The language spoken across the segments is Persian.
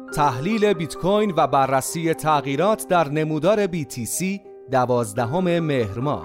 تحلیل بیت کوین و بررسی تغییرات در نمودار BTC 12 مهر ماه.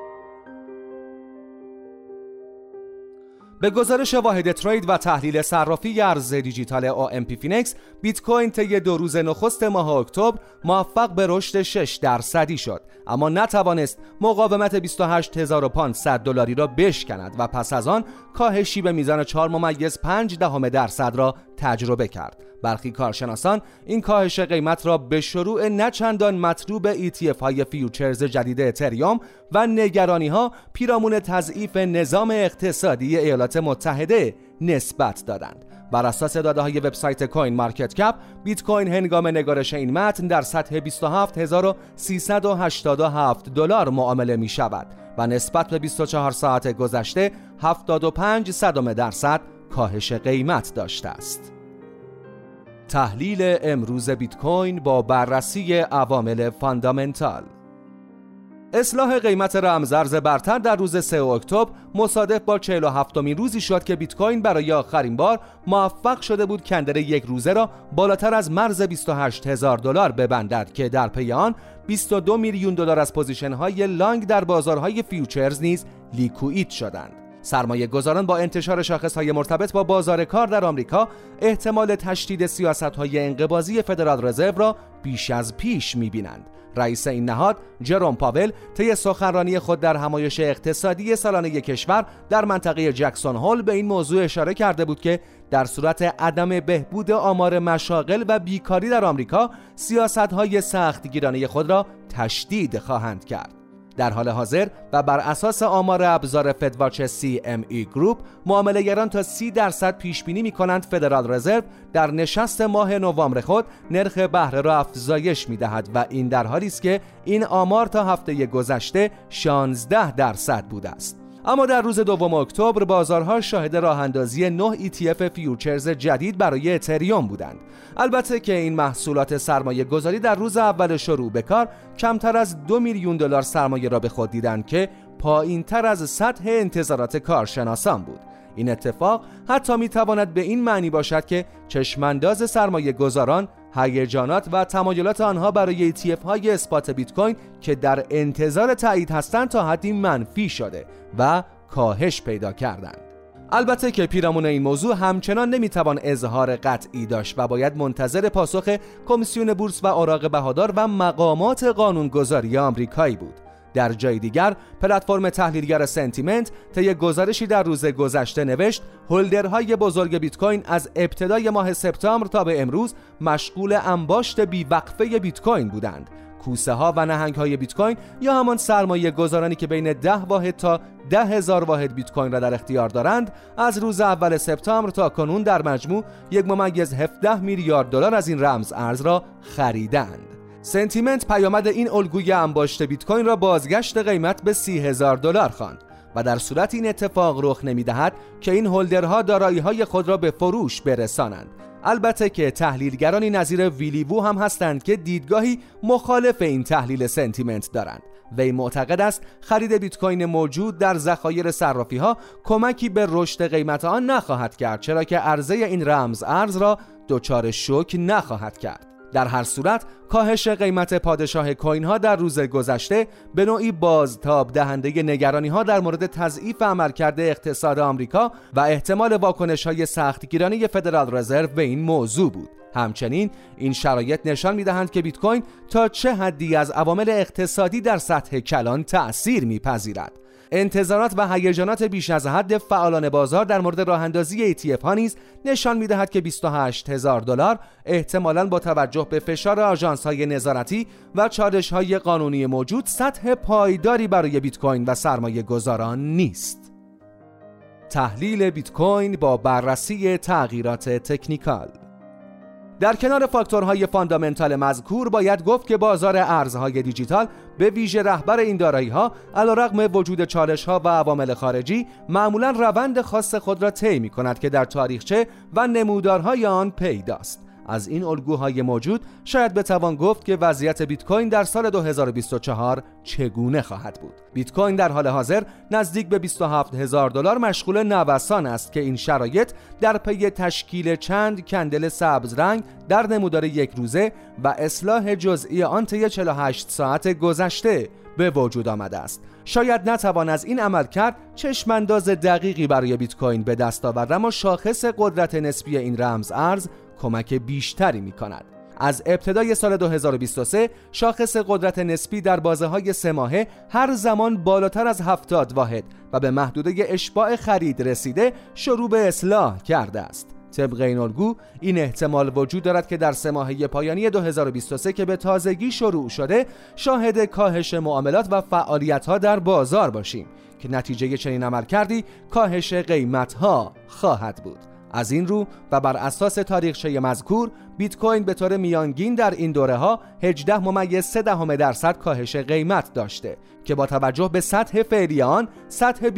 به گزارش واحد ترید و تحلیل صرافی ارز دیجیتال AMP فینکس، بیت کوین طی 2 روز نخست ماه اکتبر موفق به رشد 6% شد، اما نتوانست مقاومت 28500 دلاری را بشکند و پس از آن کاهشی به میزان 4.5% را تجربه کرد. برخی کارشناسان این کاهش قیمت را به شروع نچندان مطلوب ETF های فیوچرز جدید اتریوم و نگرانی ها پیرامون تضعیف نظام اقتصادی ایالات متحده نسبت دادند. بر اساس داده های وبسایت کوین مارکت کپ، بیت کوین هنگام نگارش این متن در سطح 27387 دلار معامله می شود و نسبت به 24 ساعت گذشته 0.75% کاهش قیمت داشته است. تحلیل امروز بیت کوین با بررسی عوامل فاندامنتال. اصلاح قیمت رمزارز برتر در روز 3 اکتبر مصادف با 47مین روزی شد که بیت کوین برای آخرین بار موفق شده بود کندر یک روزه را بالاتر از مرز 28000 دلار ببندد که در پی آن 22 میلیون دلار از پوزیشن های لانگ در بازارهای فیوچرز نیز لیکوئید شدند. سرمایه گذاران با انتشار شاخص‌های مرتبط با بازار کار در آمریکا احتمال تشدید سیاست‌های انقباضی فدرال رزرو را بیش از پیش می‌بینند. رئیس این نهاد جروم پاول طی سخنرانی خود در همایش اقتصادی سالانه کشور در منطقه جکسون هول به این موضوع اشاره کرده بود که در صورت عدم بهبود آمار مشاغل و بیکاری در آمریکا سیاست‌های سختگیرانه خود را تشدید خواهند کرد. در حال حاضر و بر اساس آمار ابزار فدواچ CME گروپ، معامله‌گران تا 30% پیش بینی می‌کنند فدرال رزرو در نشست ماه نوامبر خود نرخ بهره را افزایش می‌دهد و این در حالی است که این آمار تا هفته گذشته 16% بوده است. اما در روز 2 اکتبر بازارها شاهد راه اندازی 9 ETF فیوچرز جدید برای اتریوم بودند. البته که این محصولات سرمایه گذاری در روز اول شروع به کار کمتر از 2 میلیون دلار سرمایه را به خود دیدند که پایین تر از سطح انتظارات کارشناسان بود. این اتفاق حتی میتواند به این معنی باشد که چشمانداز سرمایه گذاران هیجانات و تمایلات آنها برای ETF های اسپات بیت کوین که در انتظار تایید هستند تا حدی منفی شده و کاهش پیدا کردند. البته که پیرامون این موضوع همچنان نمیتوان اظهار قطعی داشت و باید منتظر پاسخ کمیسیون بورس و اوراق بهادار و مقامات قانونگذاری آمریکایی بود. در جای دیگر، پلتفرم تحلیلگر سنتیمنت طی گزارشی در روز گذشته نوشت هولدرهای بزرگ بیت کوین از ابتدای ماه سپتامبر تا به امروز مشغول انباشت بیوقفه بیت کوین بودند. کوسه ها و نهنگ های بیت کوین یا همان سرمایه گذارانی که بین 10 واحد تا 10,000 واحد بیت کوین را در اختیار دارند از روز اول سپتامبر تا کنون در مجموع 1.17 میلیارد دلار از این رمز ارز را خریدند. سنتیمنت پیامد این الگوی انباشت بیت کوین را بازگشت قیمت به 30,000 دلار خواند و در صورت این اتفاق رخ نمی‌دهد که این هولدرها دارایی‌های خود را به فروش برسانند. البته که تحلیلگرانی نظیر ویلی وو هم هستند که دیدگاهی مخالف این تحلیل سنتیمنت دارند. وی معتقد است خرید بیت کوین موجود در ذخایر صرافی‌ها کمکی به رشد قیمت آن نخواهد کرد، چرا که عرضه این رمز ارز را دچار شوک نخواهد کرد. در هر صورت کاهش قیمت پادشاه کوین ها در روز گذشته به نوعی بازتاب دهنده نگرانی ها در مورد تضعیف عملکرد اقتصاد آمریکا و احتمال واکنش های سختگیرانه فدرال رزرو به این موضوع بود. همچنین این شرایط نشان می‌دهند که بیت کوین تا چه حدی از عوامل اقتصادی در سطح کلان تأثیر می‌پذیرد. انتظارات و هیجانات بیش از حد فعالان بازار در مورد راه اندازی ETF ها نیز نشان می‌دهد که 28,000 دلار احتمالاً با توجه به فشار آژانس‌های نظارتی و چالش‌های قانونی موجود سطح پایداری برای بیت کوین و سرمایه گذاران نیست. تحلیل بیت کوین با بررسی تغییرات تکنیکال. در کنار فاکتورهای فاندامنتال مذکور باید گفت که بازار ارزهای دیجیتال به ویژه رهبر این دارایی‌ها علیرغم وجود چالش‌ها و عوامل خارجی معمولاً روند خاص خود را طی می‌کند که در تاریخچه و نمودارهای آن پیداست. از این الگوهای موجود شاید بتوان گفت که وضعیت بیت کوین در سال 2024 چگونه خواهد بود. بیت کوین در حال حاضر نزدیک به $27,000 مشغول نوسان است که این شرایط در پی تشکیل چند کندل سبز رنگ در نمودار یک روزه و اصلاح جزئی آن طی 48 ساعت گذشته به وجود آمده است. شاید نتوان از این عملکرد چشمانداز دقیقی برای بیت کوین به دست آورد، اما شاخص قدرت نسبی این رمز ارز کمک بیشتری می کند. از ابتدای سال 2023 شاخص قدرت نسبی در بازه‌های 3 ماهه هر زمان بالاتر از 70 واحد و به محدوده اشباع خرید رسیده شروع به اصلاح کرده است. طبق این الگو این احتمال وجود دارد که در 3 ماهه پایانی 2023 که به تازگی شروع شده شاهد کاهش معاملات و فعالیت‌ها در بازار باشیم که نتیجه چنین عملکردی کاهش قیمت‌ها خواهد بود. از این رو و بر اساس تاریخچه مذکور بیت کوین به طور میانگین در این دوره‌ها 18.3% کاهش قیمت داشته که با توجه به سطح فعلی آن سطح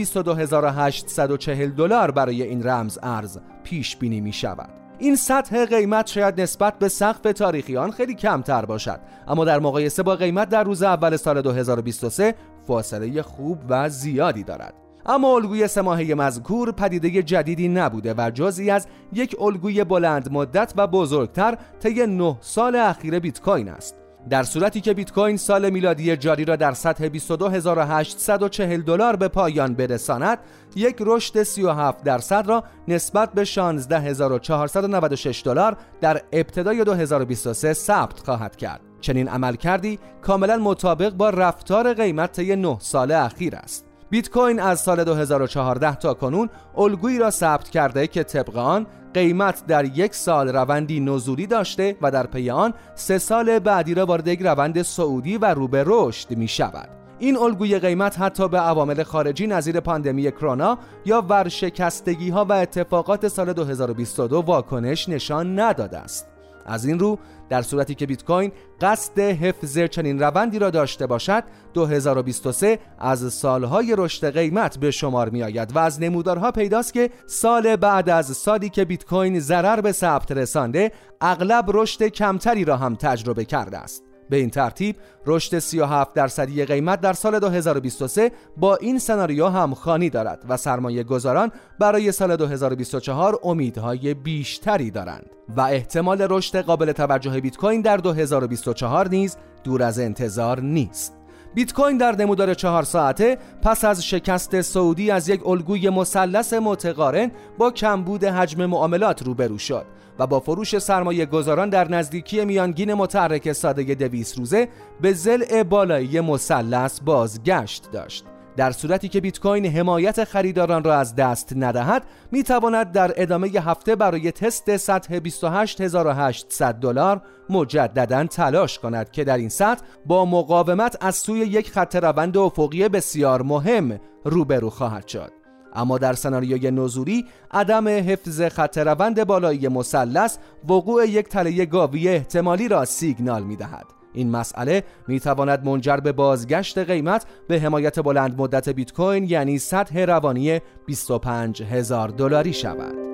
$22,840 برای این رمز ارز پیش بینی می شود. این سطح قیمت شاید نسبت به سقف تاریخی آن خیلی کمتر باشد، اما در مقایسه با قیمت در روز اول سال 2023 فاصله خوب و زیادی دارد. اما الگوی 3 ماهه مذکور پدیده جدیدی نبوده و جزئی از یک الگوی بلند مدت و بزرگتر طی 9 سال اخیر بیت کوین است. در صورتی که بیت کوین سال میلادی جاری را در سطح $22,840 به پایان برساند، یک رشد 37% را نسبت به $16,496 در ابتدای 2023 ثبت خواهد کرد. چنین عملکردی کاملا مطابق با رفتار قیمت طی 9 سال اخیر است. بیت کوین از سال 2014 تا کنون الگویی را ثبت کرده که طبق آن قیمت در 1 سال روندی نزولی داشته و در پی آن 3 سال بعدی را وارد یک روند صعودی و رو به رشد می شود. این الگوی قیمت حتی به عوامل خارجی نظیر پاندمی کرونا یا ورشکستگی ها و اتفاقات سال 2022 واکنش نشان نداده است. از این رو در صورتی که بیت کوین قصد حفظ چنین روندی را داشته باشد، 2023 از سالهای رشد قیمت به شمار می آید و از نمودارها پیداست که سال بعد از سالی که بیت کوین ضرر به ثبت رسانده اغلب رشد کمتری را هم تجربه کرده است. به این ترتیب رشد 37% قیمت در سال 2023 با این سناریو همخوانی دارد و سرمایه گذاران برای سال 2024 امیدهای بیشتری دارند و احتمال رشد قابل توجه بیت کوین در 2024 نیز دور از انتظار نیست. بیت کوین در نمودار 4 ساعته پس از شکست صعودی از یک الگوی مثلث متقارن با کمبود حجم معاملات روبرو شد و با فروش سرمایه گذاران در نزدیکی میانگین متحرک ساده 200 روزه به ضلع بالایی مثلث بازگشت داشت. در صورتی که بیت کوین حمایت خریداران را از دست ندهد، می تواند در ادامه هفته برای تست سطح $28,800 مجددا تلاش کند که در این سطح با مقاومت از سوی یک خط روند افقی بسیار مهم روبرو خواهد شد. اما در سناریوی نزولی عدم حفظ خط روند بالایی مثلث وقوع یک تله گاوی احتمالی را سیگنال می دهد. این مسئله می تواند منجر به بازگشت قیمت به حمایت بلند مدت بیت کوین یعنی سطح روانی $25,000 شود.